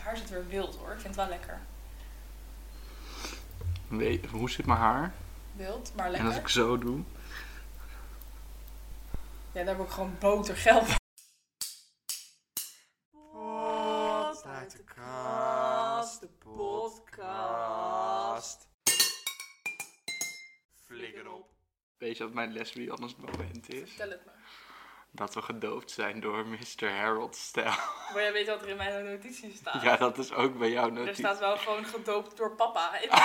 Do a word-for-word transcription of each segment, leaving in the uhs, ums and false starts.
haar zit weer wild hoor. Ik vind het wel lekker. Nee, hoe zit mijn haar? Wild, maar En lekker. als ik zo doe? Ja, daar heb ik gewoon botergeld. Pot uit de kast, de podcast. Flikker op. Weet je wat mijn lesbianas moment is? Vertel het me. Dat we gedoopt zijn door mister Harold Stijl. Maar jij weet wat er in mijn notities staat. Ja, dat is ook bij jouw Er notitie. staat wel gewoon gedoopt door papa. In,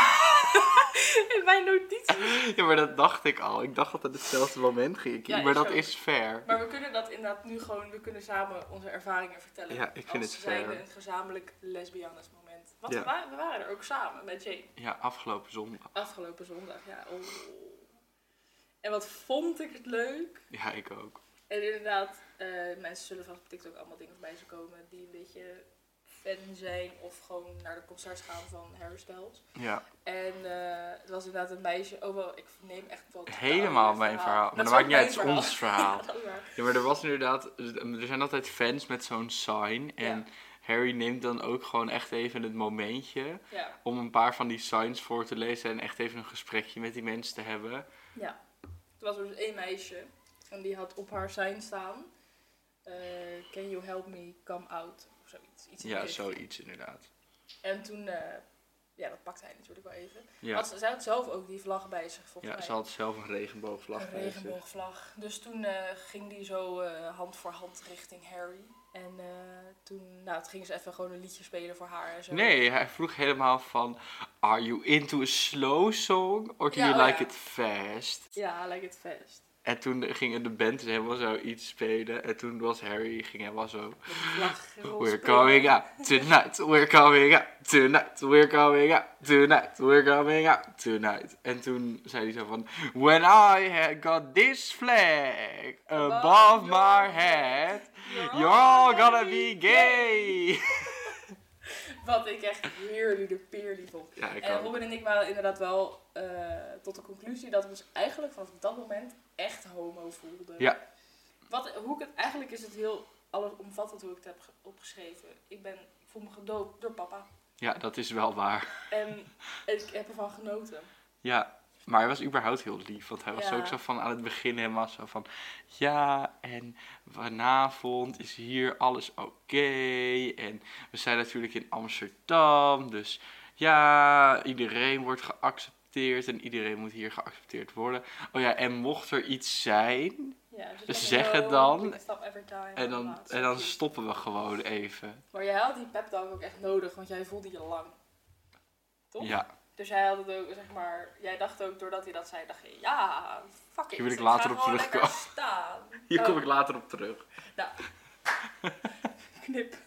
in mijn notities. Ja, maar dat dacht ik al. Ik dacht dat het hetzelfde moment ging. Ja, maar is dat ook. is fair. Maar we kunnen dat inderdaad nu gewoon, we kunnen samen onze ervaringen vertellen. Ja, ik vind als het fair. zijnde een gezamenlijk lesbianes moment. Want Ja. we, wa- we waren er ook samen met Jane. Ja, afgelopen zondag. Afgelopen zondag, ja. Oh. En wat vond ik het leuk. Ja, ik ook. En inderdaad, uh, mensen zullen vast op TikTok allemaal dingen voorbij zien komen die een beetje fan zijn of gewoon naar de concerts gaan van Harry Styles. Ja. En uh, het was inderdaad een meisje, oh wel, ik neem echt wel Helemaal mijn verhaal. Maar dat maakt niet uit, het is ons verhaal. Ja, dat is waar. Ja, maar er was inderdaad, er zijn altijd fans met zo'n sign. En Ja. Harry neemt dan ook gewoon echt even het momentje Ja, om een paar van die signs voor te lezen en echt even een gesprekje met die mensen te hebben. ja. Er was dus één meisje en die had op haar sign staan, uh, can you help me come out? Of zoiets. Iets in Ja, die richting. zoiets inderdaad. En toen, uh, ja, dat pakte hij natuurlijk wel even. Ja, Had, zij had zelf ook die vlag bij zich, volgens ja mij. ze had zelf een regenboogvlag Een bij zich. regenboogvlag. Dus toen uh, ging die zo uh, hand voor hand richting Harry. En uh, toen, nou, toen gingen ze even gewoon een liedje spelen voor haar en zo. Nee, hij vroeg helemaal van, are you into a slow song or do Ja, you oh like ja. it fast? Ja, like it fast. En toen gingen de band dus helemaal zo iets spelen. En toen was Harry, ging helemaal zo... Met die vlag. We're going out tonight, we're going out tonight, we're going out tonight, we're going out tonight. En toen zei hij zo van... When I had got this flag above my head, you're all gonna be gay. Wat ik echt heerlijk de peerly vond. Ja, ik En ook. Robin en ik waren inderdaad wel uh, tot de conclusie dat we ons eigenlijk vanaf dat moment echt homo voelden. Ja. Wat, hoe ik het, eigenlijk is het heel allesomvattend hoe ik het heb ge- opgeschreven. Ik, ben, ik voel me gedoopt door papa. Ja, dat is wel waar. En ik heb ervan genoten. Ja, maar hij was überhaupt heel lief. Want hij was Ja. ook zo van aan het begin helemaal zo van... Ja, en vanavond is hier alles oké. En we zijn natuurlijk in Amsterdam. Dus ja, iedereen wordt geaccepteerd. En iedereen moet hier geaccepteerd worden. Oh ja, en mocht er iets zijn... Ja, dus Dus let me zeg het know, dan. we can stop every time. En dan, Laatst. en dan stoppen we gewoon even. Maar jij had die pep talk ook echt nodig, want jij voelde je lang. Toch? Ja, Dus jij had het ook, zeg maar, jij dacht ook doordat hij dat zei, dacht je, ja, fuck it. Hier wil ik ga later op gewoon terugkomen. lekker staan. hier Oh, kom ik later op terug. Nou, knip.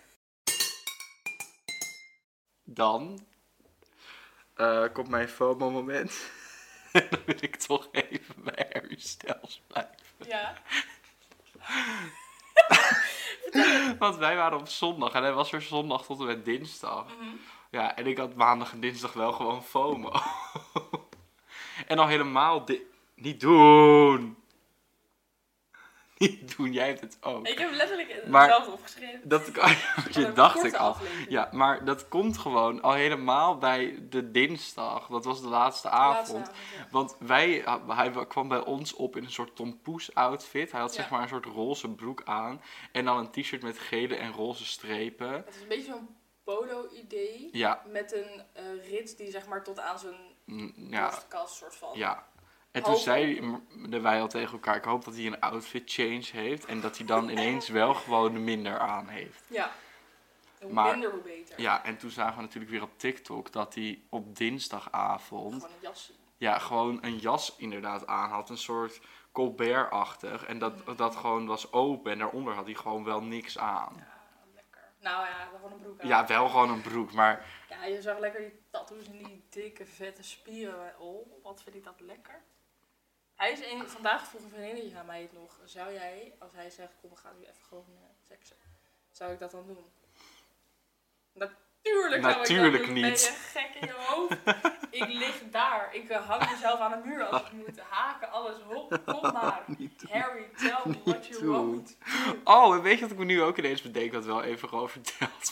Dan uh, komt mijn FOMO-moment. En dan wil ik toch even bij Harry Styles blijven. Ja. Want wij waren op zondag en hij was er zondag tot en met dinsdag. Mm-hmm. Ja, en ik had maandag en dinsdag wel gewoon FOMO. En al helemaal di- Niet doen! Niet doen, jij hebt het ook. Ik heb letterlijk Maar- hetzelfde opgeschreven. Dat je een dacht korte ik al. aflevering. Ja, maar dat komt gewoon al helemaal bij de dinsdag. Dat was de laatste avond. Laatste avond, ja. Want wij, hij kwam bij ons op in een soort tompoes outfit. Hij had Ja. zeg maar een soort roze broek aan. En dan een t-shirt met gele en roze strepen. Het is een beetje zo'n polo-idee. Ja, Met een uh, rits die zeg maar tot aan zijn mm, ja, borstkast soort van. ja. En toen Half zeiden wij al tegen elkaar, ik hoop dat hij een outfit change heeft. En dat hij dan ineens wel gewoon minder aan heeft. Ja. Hoe Maar- minder, hoe beter. Ja, en toen zagen we natuurlijk weer op TikTok dat hij op dinsdagavond... Gewoon een jasje. Ja, gewoon een jas inderdaad aan had. Een soort Colbert-achtig. En dat, dat gewoon was open. En daaronder had hij gewoon wel niks aan. Ja, lekker. Nou ja, gewoon een broek aan. Ja, wel gewoon een broek. Maar Ja, je zag lekker die tattoos en die dikke, vette spieren. Oh, wat vind ik dat lekker. Hij is een, vandaag vroeg een vriendinnetje aan mij het nog. Zou jij, als hij zegt, kom we gaan nu even gewoon uh, seksen. Zou ik dat dan doen? Natuurlijk zou Natuurlijk ik dat doen. niet. Ben je gek in je hoofd? Ik lig daar. Ik uh, hang mezelf aan de muur als ik moet haken. Alles op. Kom maar. niet doen. Harry, tell me what you doen. want. Oh, en weet je wat ik me nu ook ineens bedenk, wat wel even gewoon verteld mag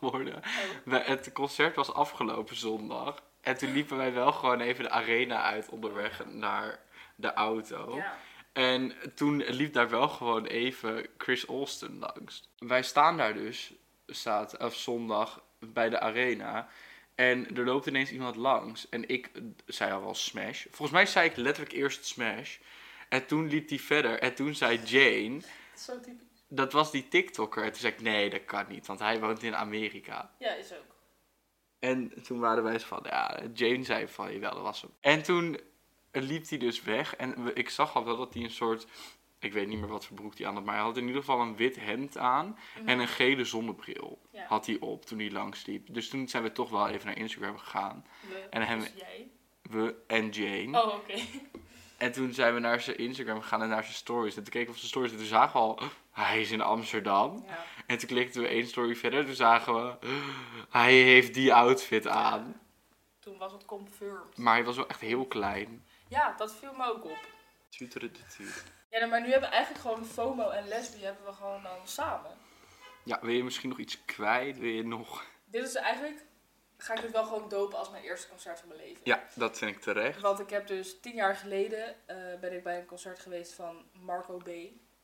geworden. Oh. We- Het concert was afgelopen zondag. En toen liepen wij wel gewoon even de arena uit onderweg naar de auto. Ja. En toen liep daar wel gewoon even Chris Olsen langs. Wij staan daar dus staat, of zondag bij de arena. En er loopt ineens iemand langs. En ik zei al wel Smash. Volgens mij zei ik letterlijk eerst Smash. En toen liep hij verder. En toen zei Jane... Dat is zo typisch. Dat was die TikToker. En toen zei ik, nee, dat kan niet. Want hij woont in Amerika. Ja, is ook. En toen waren wij zo van, ja, Jane zei van, jawel, dat was hem. En toen liep hij dus weg. En we- ik zag al wel dat hij een soort... Ik weet niet meer wat voor broek hij aan had. Maar hij had in ieder geval een wit hemd aan. Mhm. En een gele zonnebril Ja. had hij op toen hij langs liep. Dus toen zijn we toch wel even naar Instagram gegaan. We, En hem- dus jij. We en Jane. Oh, oké. En toen zijn we naar zijn Instagram gegaan en naar zijn stories. En toen keken we op zijn stories en toen zagen we al, "Oh, hij is in Amsterdam." Ja. En toen klikten we één story verder en toen zagen we, "Oh, hij heeft die outfit aan." Toen was het confirmed. Maar hij was wel echt heel klein. Ja, dat viel me ook op. Tuterututu. Ja, nou, maar nu hebben we eigenlijk gewoon FOMO en Lesbi hebben we gewoon dan samen. Ja, wil je misschien nog iets kwijt? Wil je nog... Dit is eigenlijk, ga ik het wel gewoon dopen als mijn eerste concert van mijn leven. Ja, dat vind ik terecht. Want ik heb dus tien jaar geleden eh, ben ik bij een concert geweest van Marco B.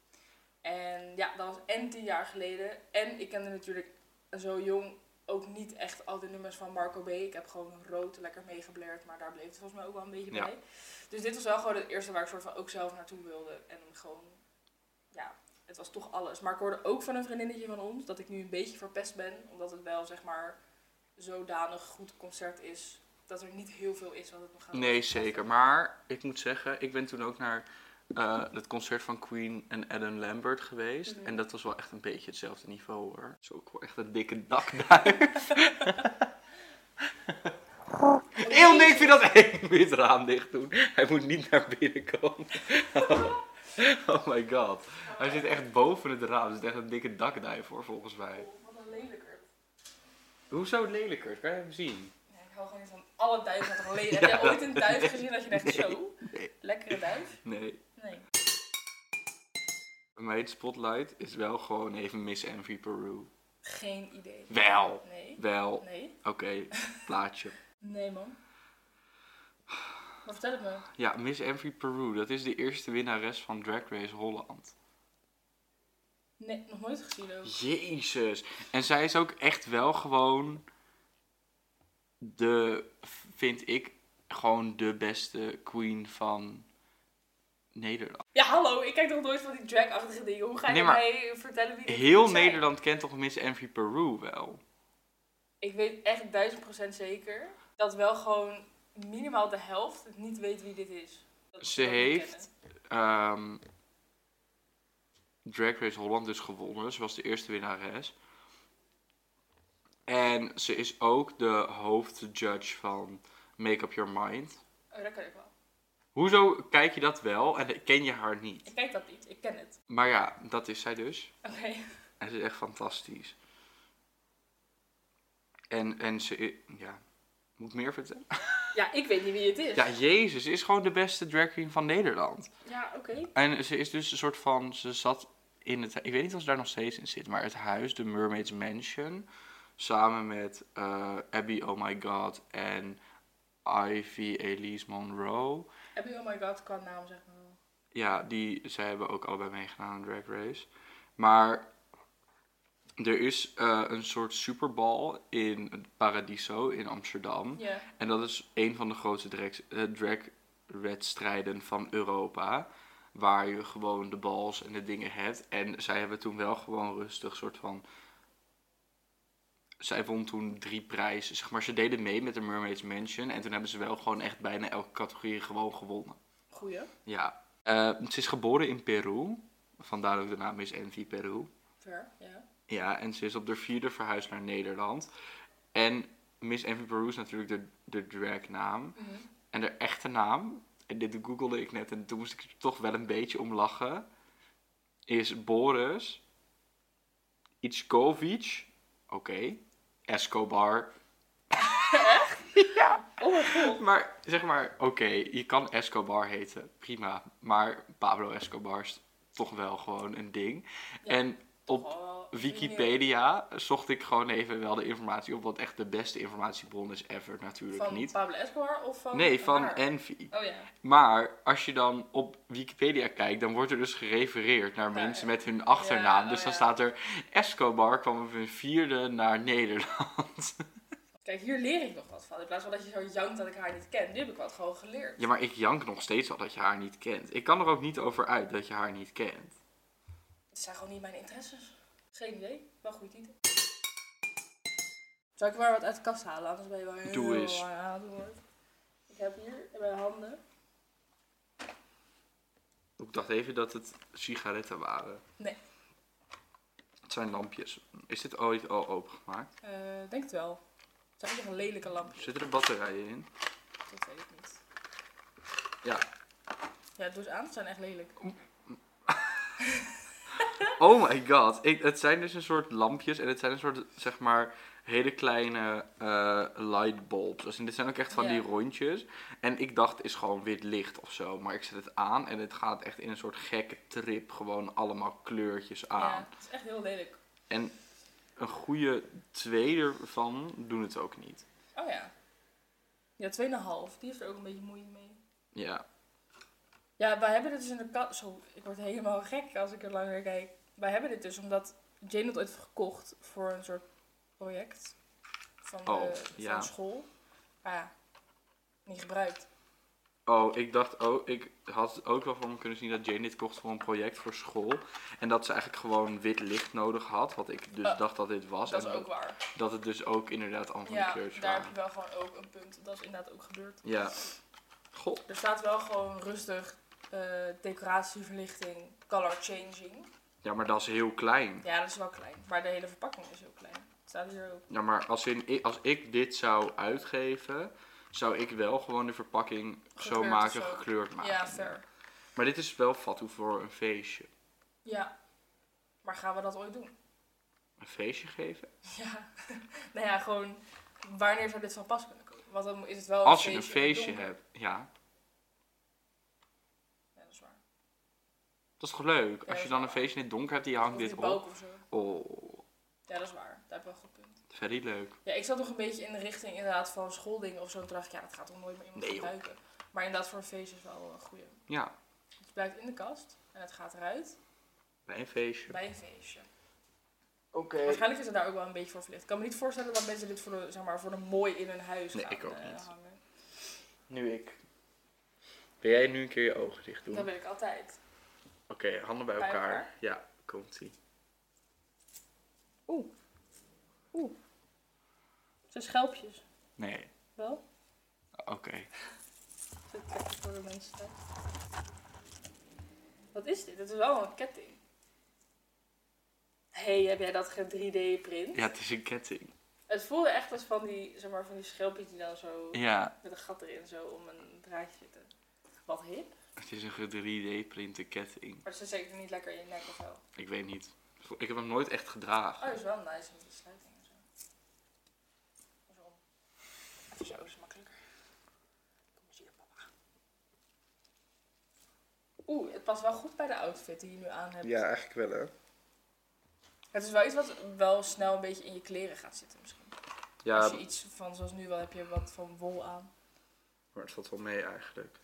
En ja, dat was en tien jaar geleden. En ik kende natuurlijk zo jong ook niet echt al de nummers van Marco B. Ik heb gewoon rood lekker meegeblerd, maar daar bleef het volgens mij ook wel een beetje Ja. bij. Dus dit was wel gewoon het eerste waar ik soort van ook zelf naartoe wilde. En gewoon, ja, het was toch alles. Maar ik hoorde ook van een vriendinnetje van ons dat ik nu een beetje verpest ben. Omdat het wel, zeg maar, zodanig goed concert is. Dat er niet heel veel is wat het nog gaat Nee, overtreffen. zeker. Maar ik moet zeggen, ik ben toen ook naar eh, het concert van Queen en Adam Lambert geweest. Mhm. En dat was wel echt een beetje hetzelfde niveau hoor. Het is ook wel echt een dikke dakduif. Eeuw, nee, ik vind dat eng. Moet je het raam dicht doen. Hij moet niet naar binnen komen. Oh my god. Hij zit echt boven het raam. Het is echt een dikke dakduif hoor, volgens mij. Oh, wat een lelijker. Hoezo lelijker? Kan je hem zien? Nee, ik hou gewoon niet van alle duiven dat er lelijk. Ja, Heb jij ooit dat- een duif gezien dat je denkt, Nee. zo, Nee. lekkere duif? Nee. Nee. Bij mij het spotlight is wel gewoon even Miss Envy Peru. Geen idee. Wel. Nee. Wel. Nee. Oké, plaatje. Nee, man. Maar vertel het me. Ja, Miss Envy Peru, dat is de eerste winnares van Drag Race Holland. Nee, nog nooit gezien ook. Jezus. En zij is ook echt wel gewoon de, vind ik, gewoon de beste queen van Nederland. Ja, hallo, ik kijk nog nooit van die drag-achtige dingen. Hoe ga je Nee, maar mij vertellen wie dit Heel moet zijn? Nederland kent toch Miss Envy Peru wel? Ik weet echt duizend procent zeker dat wel gewoon minimaal de helft het niet weet wie dit is. Dat Ze we dat niet heeft ehm, Drag Race Holland dus gewonnen. Ze was de eerste winnares. En ze is ook de hoofdjudge van Make Up Your Mind. kennen. Oh, dat ken ik wel. Hoezo kijk je dat wel en ken je haar niet? Ik kijk dat niet, ik ken het. Maar ja, dat is zij dus. Oké. En ze is echt fantastisch. En, en ze i- ja, moet ik meer vertellen? Ja, ik weet niet wie het is. Ja, Jezus, ze is gewoon de beste drag queen van Nederland. Ja, oké. En ze is dus een soort van, ze zat in het, ik weet niet of ze daar nog steeds in zit, maar het huis, de Mermaid's Mansion, samen met eh, Abby Oh My God en Ivy Elise Monroe. Heb je, oh my god, qua naam zeg maar wel. Ja, die, zij hebben ook allebei meegedaan aan Drag Race. Maar er is eh, een soort Super Bowl in het Paradiso in Amsterdam. Ja. En dat is een van de grootste drag, eh, dragwedstrijden van Europa. Waar je gewoon de balls en de dingen hebt. En zij hebben toen wel gewoon rustig soort van... Zij won toen drie prijzen. Zeg maar, ze deden mee met de Mermaid's Mansion. En toen hebben ze wel gewoon echt bijna elke categorie gewoon gewonnen. Goeie. Ja. Eh, ze is geboren in Peru. Vandaar ook de naam is Envy Peru. Ver, ja. Ja, en ze is op de vierde verhuisd naar Nederland. En Miss Envy Peru is natuurlijk de, de dragnaam. Mhm. En de echte naam, en dit googelde ik net en toen moest ik er toch wel een beetje om lachen, is Boris Itzkovic, oké, Escobar. Ja, Oh mijn god. maar zeg maar, oké, je kan Escobar heten, prima. Maar Pablo Escobar is toch wel gewoon een ding. Ja. En Toch op, wel Wikipedia zocht ik gewoon even wel de informatie op, wat echt de beste informatiebron is ever natuurlijk van niet. Van Pablo Escobar of van Nee, van haar? Envy. Oh ja. Maar als je dan op Wikipedia kijkt, dan wordt er dus gerefereerd naar Nou, mensen ja. met hun achternaam. Ja, dus oh dan ja. staat er Escobar kwam op een vierde naar Nederland. Kijk, hier leer ik nog wat van. In plaats van dat je zo jankt dat ik haar niet ken. Nu heb ik wat gewoon geleerd. Ja, maar ik jank nog steeds al dat je haar niet kent. Ik kan er ook niet over uit dat je haar niet kent. Het zijn gewoon niet mijn interesses. Geen idee. Wel goed titel. Zal ik maar wat uit de kast halen? Anders ben je wel heel Doe eens. lang aan het woord. Ik heb hier in mijn handen. Ik dacht even dat het sigaretten waren. Nee. Het zijn lampjes. Is dit ooit al opengemaakt? Uh, denk het wel. Het zijn echt een lelijke lampjes. Zitten er batterijen in? Dat weet ik niet. Ja. Ja, doe eens aan. Ze zijn echt lelijk. Oh my god. Ik, het zijn dus een soort lampjes en het zijn een soort, zeg maar, hele kleine uh, lightbulbs. Dus dit zijn ook echt van Ja. die rondjes. En ik dacht, het is gewoon wit licht of zo. Maar ik zet het aan en het gaat echt in een soort gekke trip. Gewoon allemaal kleurtjes aan. Ja, het is echt heel lelijk. En een goede twee ervan doen het ook niet. Oh ja. Ja, twee en een half. Die heeft er ook een beetje moeite mee. Ja. Ja, wij hebben dit dus in de kast. Zo, ik word helemaal gek als ik er langer naar kijk. Wij hebben dit dus omdat Jane het ooit heeft gekocht voor een soort project van, de, Oh, van ja. school. Maar ja, niet gebruikt. Oh, ik dacht ook, ik had ook wel van me kunnen zien dat Jane dit kocht voor een project voor school. En dat ze eigenlijk gewoon wit licht nodig had, wat ik dus Oh, dacht dat dit was. Dat is en ook waar. dat het dus ook inderdaad allemaal van Ja, die kleurtjes daar heb waren. je wel gewoon ook een punt. Dat is inderdaad ook gebeurd. Ja. God. Er staat wel gewoon rustig uh, decoratieverlichting, color changing. Ja, maar dat is heel klein. Ja, dat is wel klein. Maar de hele verpakking is heel klein. Het staat hier ook. Ja, maar als, in, als ik dit zou uitgeven, zou ik wel gewoon de verpakking zo Gekleurd maken, of zo. gekleurd maken. Ja, fair. Maar dit is wel fatu voor een feestje. Ja. Maar gaan we dat ooit doen? Een feestje geven? Ja. Nou ja, gewoon, wanneer zou dit van pas kunnen komen? Want dan is het wel een Als je feestje een feestje in het hebt, ja. Ja, dat is waar. Dat is toch leuk? dat Als je is dan wel een feestje in het donker hebt, die hangt Of dit die op. balk of zo. Oh, Ja, dat is waar. Daar heb je wel een goed punt. very leuk. Ja, ik zat nog een beetje in de richting inderdaad van schooldingen of zo. En toen dacht ik, ja, dat gaat toch nooit meer iemand Nee, joh. gebruiken. Maar inderdaad voor een feestje is wel een goeie. Ja, Het blijft in de kast en het gaat eruit bij een feestje. bij een feestje. Oké. Waarschijnlijk is het daar ook wel een beetje voor verlicht. Ik kan me niet voorstellen dat mensen dit voor de, zeg maar, voor de mooi in hun huis Nee, gaan ik ook eh, niet. hangen. Nu ik. Wil jij nu een keer je ogen dicht doen? Dat Oké, wil ik altijd. handen bij Bij elkaar. elkaar? Ja, komt ie. Oeh. Oeh. Het zijn schelpjes. Nee. Wel? Oké. Zet ik even voor de mensen thuis. Wat is dit? Het is wel een ketting. Hé, hey, heb jij dat ge drie D print? Ja, het is een ketting. Het voelde echt als van die, zeg maar, van die schelpjes die dan zo Ja, met een gat erin zo om een draadje zitten. Wat hip. het is een drie D printe ketting. Maar ze zeker niet lekker in je nek of zo. Ik weet niet. Ik heb hem nooit echt gedragen. Oh, dat is wel nice met die sluiting en zo. Zo. Even zo, is makkelijker. Kom eens hier, papa. Oeh, het past wel goed bij de outfit die je nu aan hebt. Ja, eigenlijk wel hè. Het is wel iets wat wel snel een beetje in je kleren gaat zitten misschien. Ja, Als je iets van, zoals nu wel, heb je wat van wol aan. maar het valt wel mee eigenlijk.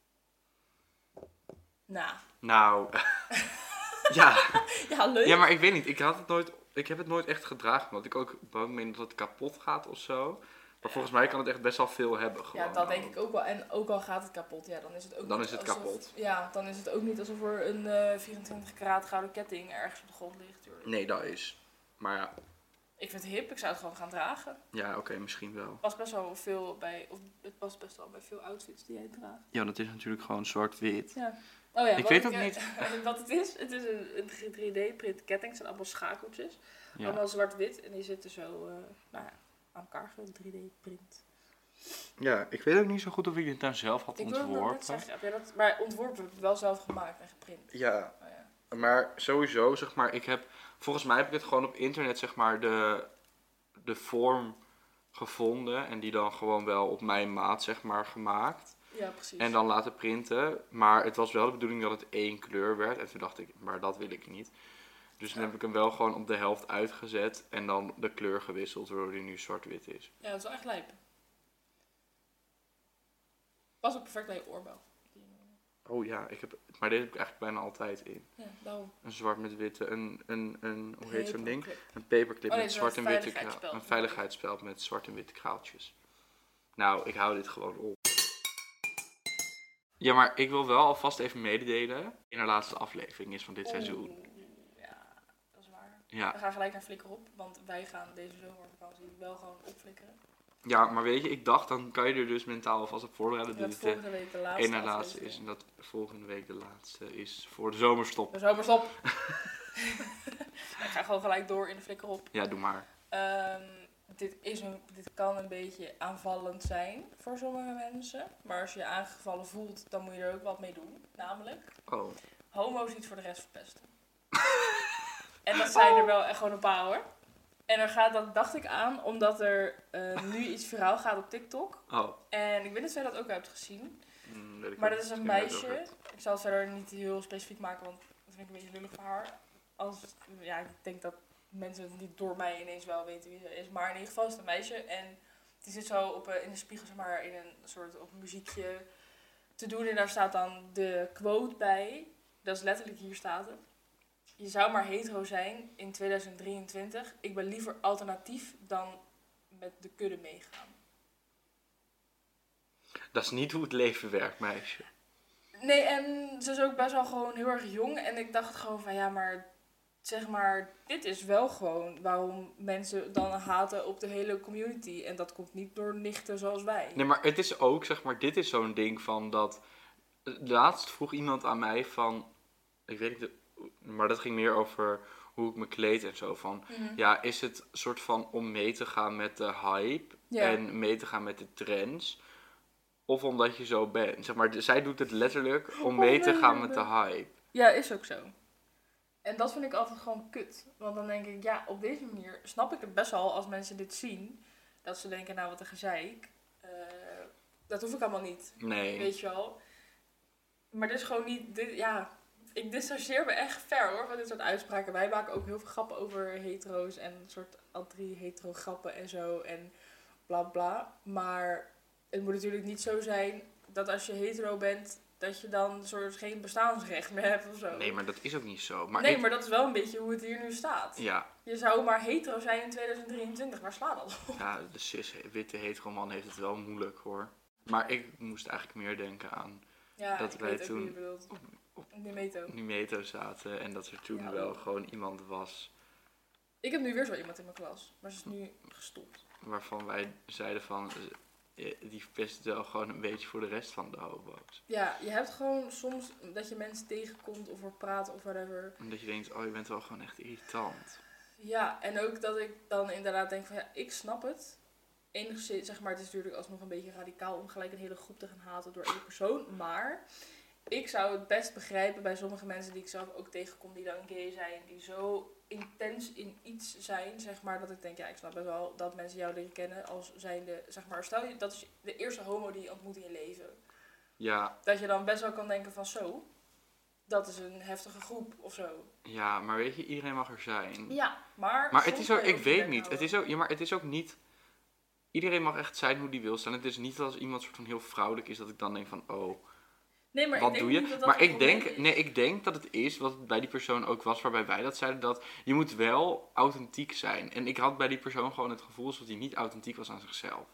Nou. Nou, ja. Ja, leuk. Ja, maar ik weet niet. Ik, had het nooit, ik heb het nooit echt gedragen. Omdat ik ook bang ben dat het kapot gaat of zo. Maar volgens mij kan het echt best wel veel hebben gewoon. Ja, dat denk ik ook wel. En ook al gaat het kapot, ja, dan is het ook Dan niet is het alsof- kapot. Ja, dan is het ook niet alsof er een eh, vierentwintig karaat gouden ketting ergens op de grond ligt. Tuurlijk. Nee, dat is. Maar ja, Ik vind het hip, ik zou het gewoon gaan dragen. ja oké, misschien wel. Het past best wel veel bij, of het past best wel bij veel outfits die jij draagt. Ja, dat is natuurlijk gewoon zwart-wit. Ja. Oh ja, Ik wat weet ook eh, niet. wat het is, het is een, een drie D print ketting, het zijn allemaal schakeltjes. Ja. Allemaal zwart-wit en die zitten zo eh, nou ja, aan elkaar ge drie D print. ja, ik weet ook niet zo goed of ik dit nou zelf had Ik wilde dat net ontworpen. zeggen, heb jij dat, maar ontworpen heb je wel zelf gemaakt en geprint. Ja, Oh ja. maar sowieso, zeg maar, ik heb, volgens mij heb ik het gewoon op internet, zeg maar, de, de vorm gevonden en die dan gewoon wel op mijn maat, zeg maar, gemaakt. Ja, precies. En dan laten printen, maar het was wel de bedoeling dat het één kleur werd en toen dacht ik, maar dat wil ik niet. Dus dan heb ik hem wel gewoon op de helft uitgezet en dan de kleur gewisseld, waardoor hij nu zwart-wit is. Ja, dat is wel echt lijp. Pas ook perfect bij je oorbel. Oh ja, ik heb, maar dit heb ik eigenlijk bijna altijd in. Ja, daarom. Een zwart met witte, een, een, een hoe heet zo'n ding? Paperclip. Een paperclip Oh, nee, met zo'n zwart en witte veiligheidsspeld. kraaltjes. Een veiligheidsspeld met zwart en witte kraaltjes. Nou, ik hou dit gewoon op. Ja, maar ik wil wel alvast even mededelen. In de laatste aflevering is van dit seizoen. Oeh, ja, dat is waar. Ja. We gaan gelijk naar Flikker op, want wij gaan deze zomervakantie wel gewoon opflikkeren. Ja, maar weet je, ik dacht, dan kan je er dus mentaal alvast op voorbereiden. Dat Dat het volgende week de laatste één na laatste aflevering. is en dat volgende week de laatste is voor de zomerstop. De zomerstop. Ik ga gewoon gelijk door in de Flikker op. Ja, doe maar. Ehm, dit, is een, dit kan een beetje aanvallend zijn voor sommige mensen. Maar als je je aangevallen voelt, dan moet je er ook wat mee doen. Namelijk, Oh. homo's niet voor de rest verpesten. En dat zijn er wel echt gewoon een paar hoor. En er gaat, dat dacht ik aan, omdat er uh, nu iets viraal gaat op TikTok. Oh. En ik weet dat jij dat ook hebt gezien. Mm, weet ik Maar niet. dat is een Misschien weet ik meisje. het over. Ik zal het verder niet heel specifiek maken, want dat vind ik een beetje lullig voor haar. Als, ja, ik denk dat mensen het niet door mij ineens wel weten wie ze is. Maar in ieder geval is het een meisje. En die zit zo op, in de spiegel, zeg maar, in een soort op een muziekje te doen. En daar staat dan de quote bij. Dat is letterlijk, hier staat het. Je zou maar hetero zijn in tweeduizend drieëntwintig. Ik ben liever alternatief dan met de kudde meegaan. Dat is niet hoe het leven werkt, meisje. Nee, en ze is ook best wel gewoon heel erg jong. En ik dacht gewoon van ja, maar zeg maar, dit is wel gewoon waarom mensen dan haten op de hele community. En dat komt niet door nichten zoals wij. Nee, maar het is ook, zeg maar, dit is zo'n ding van dat... Laatst vroeg iemand aan mij van... Ik weet niet, maar dat ging meer over hoe ik me kleed en zo. Van, Mhm. ja, is het soort van om mee te gaan met de hype Ja. en mee te gaan met de trends? Of omdat je zo bent? Zeg maar, zij doet het letterlijk om mee te gaan met de hype. Ja, is ook zo. En dat vind ik altijd gewoon kut. Want dan denk ik, ja, op deze manier snap ik het best wel als mensen dit zien. Dat ze denken, nou wat een gezeik. Uh, dat hoef ik allemaal niet. Nee. Weet je wel. Maar dit is gewoon niet, dit, ja... Ik distancieer me echt ver hoor, van dit soort uitspraken. Wij maken ook heel veel grappen over hetero's en een soort anti-hetero grappen en zo en bla bla. Maar het moet natuurlijk niet zo zijn dat als je hetero bent, dat je dan soort geen bestaansrecht meer hebt of zo. Nee, maar dat is ook niet zo. Maar nee, ik... maar dat is wel een beetje hoe het hier nu staat. Ja. Je zou maar hetero zijn in tweeduizend drieëntwintig, waar slaat dat op? Ja, de cis witte hetero man heeft het wel moeilijk hoor. Maar ik moest eigenlijk meer denken aan Ja, dat ik wij weet ook toen wie je bedoelt. op, op Nimeto. Nimeto zaten en dat er toen Ja, wel ook. gewoon iemand was Ik heb nu weer zo iemand in mijn klas, maar ze is nu gestopt. waarvan wij zeiden van, eh, die verpest wel gewoon een beetje voor de rest van de hobo's. Ja, je hebt gewoon soms dat je mensen tegenkomt of er praten of whatever. En dat je denkt, oh je bent wel gewoon echt irritant. Ja, en ook dat ik dan inderdaad denk van ja, ik snap het. Enigszins, zeg maar, het is natuurlijk alsnog een beetje radicaal om gelijk een hele groep te gaan haten door één persoon. Maar ik zou het best begrijpen bij sommige mensen die ik zelf ook tegenkom die dan gay zijn. Die zo intens in iets zijn, zeg maar, dat ik denk, ja, ik snap best wel dat mensen jou leren kennen als zijnde, zeg maar, stel je, dat is de eerste homo die je ontmoet in je leven. Ja, Dat je dan best wel kan denken van zo, dat is een heftige groep of zo. ja, maar weet je, iedereen mag er zijn. Ja, maar... Maar het soms is ook, kan je ik je weet bek niet, het houden. is ook, ja, maar het is ook niet, iedereen mag echt zijn hoe die wil staan. Het is niet als iemand soort van heel vrouwelijk is dat ik dan denk van, oh, Nee, maar wat ik denk doe je? niet dat dat Maar het ik probleem denk, is. nee, ik denk dat het is wat het bij die persoon ook was, waarbij wij dat zeiden, dat je moet wel authentiek zijn. En ik had bij die persoon gewoon het gevoel alsof hij niet authentiek was aan zichzelf.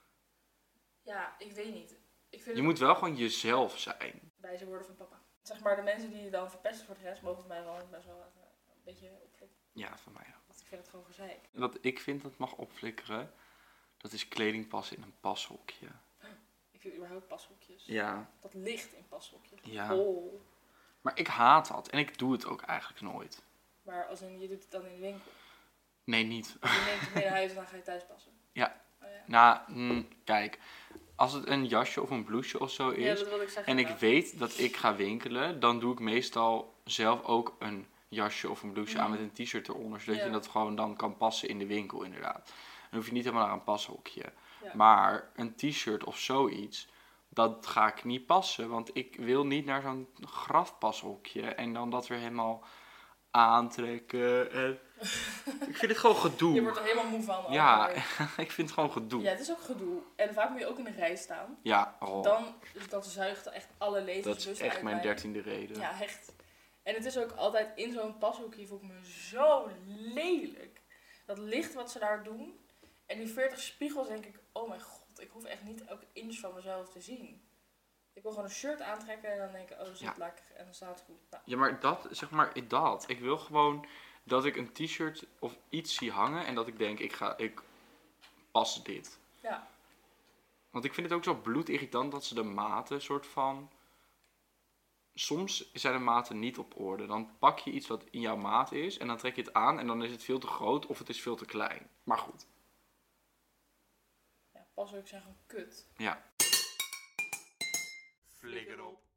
Ja, ik weet niet. Ik vind Je het moet wel gewoon jezelf zijn. wijze woorden van papa. Zeg maar, de mensen die je dan verpesten voor de rest, mogen mij wel best wel even een beetje opflikken. Ja, van mij ook. Want ik vind het gewoon gezeik. Wat ik vind dat mag opflikkeren, dat is kleding passen in een pashokje. Ik vind überhaupt pashokjes. Ja. Dat ligt in pashokjes. Ja. Oh. Maar ik haat dat en ik doe het ook eigenlijk nooit. Maar als in, je doet het dan in de winkel. Nee, niet. Je neemt het mee naar huis en dan ga je thuis passen. Ja. Oh, ja. Nou, mm, kijk, als het een jasje of een blouseje of zo Ja, is, dat wil ik zeggen. en ik inderdaad. weet dat ik ga winkelen, dan doe ik meestal zelf ook een jasje of een blouseje aan Mhm. met een t-shirt eronder, zodat Ja. je dat gewoon dan kan passen in de winkel inderdaad. Dan hoef je niet helemaal naar een pashokje. Ja. Maar een t-shirt of zoiets, dat ga ik niet passen, want ik wil niet naar zo'n grafpashokje en dan dat weer helemaal aantrekken. En ik vind het gewoon gedoe. Je wordt er helemaal moe van. Ja, ik vind het gewoon gedoe. Ja, het is ook gedoe. En vaak moet je ook in de rij staan. Ja, oh. Dan, dus dat zuigt echt alle levenslust Dat is uit echt mijn mij. dertiende reden. Ja, echt. En het is ook altijd in zo'n pashoekje voel ik me zo lelijk. Dat licht wat ze daar doen. En die veertig spiegels denk ik, oh mijn god, ik hoef echt niet elke inch van mezelf te zien. Ik wil gewoon een shirt aantrekken en dan denk ik, oh dat zit Ja. lekker en dan staat het goed. Nou, Ja, maar dat, zeg maar, dat. Ik wil gewoon dat ik een t-shirt of iets zie hangen en dat ik denk, ik ga, ik pas dit. ja. Want ik vind het ook zo bloedirritant dat ze de maten soort van... Soms zijn de maten niet op orde. Dan pak je iets wat in jouw maat is en dan trek je het aan en dan is het veel te groot of het is veel te klein. Maar goed. Ja, pas ook zeggen kut. Ja. Flikker op.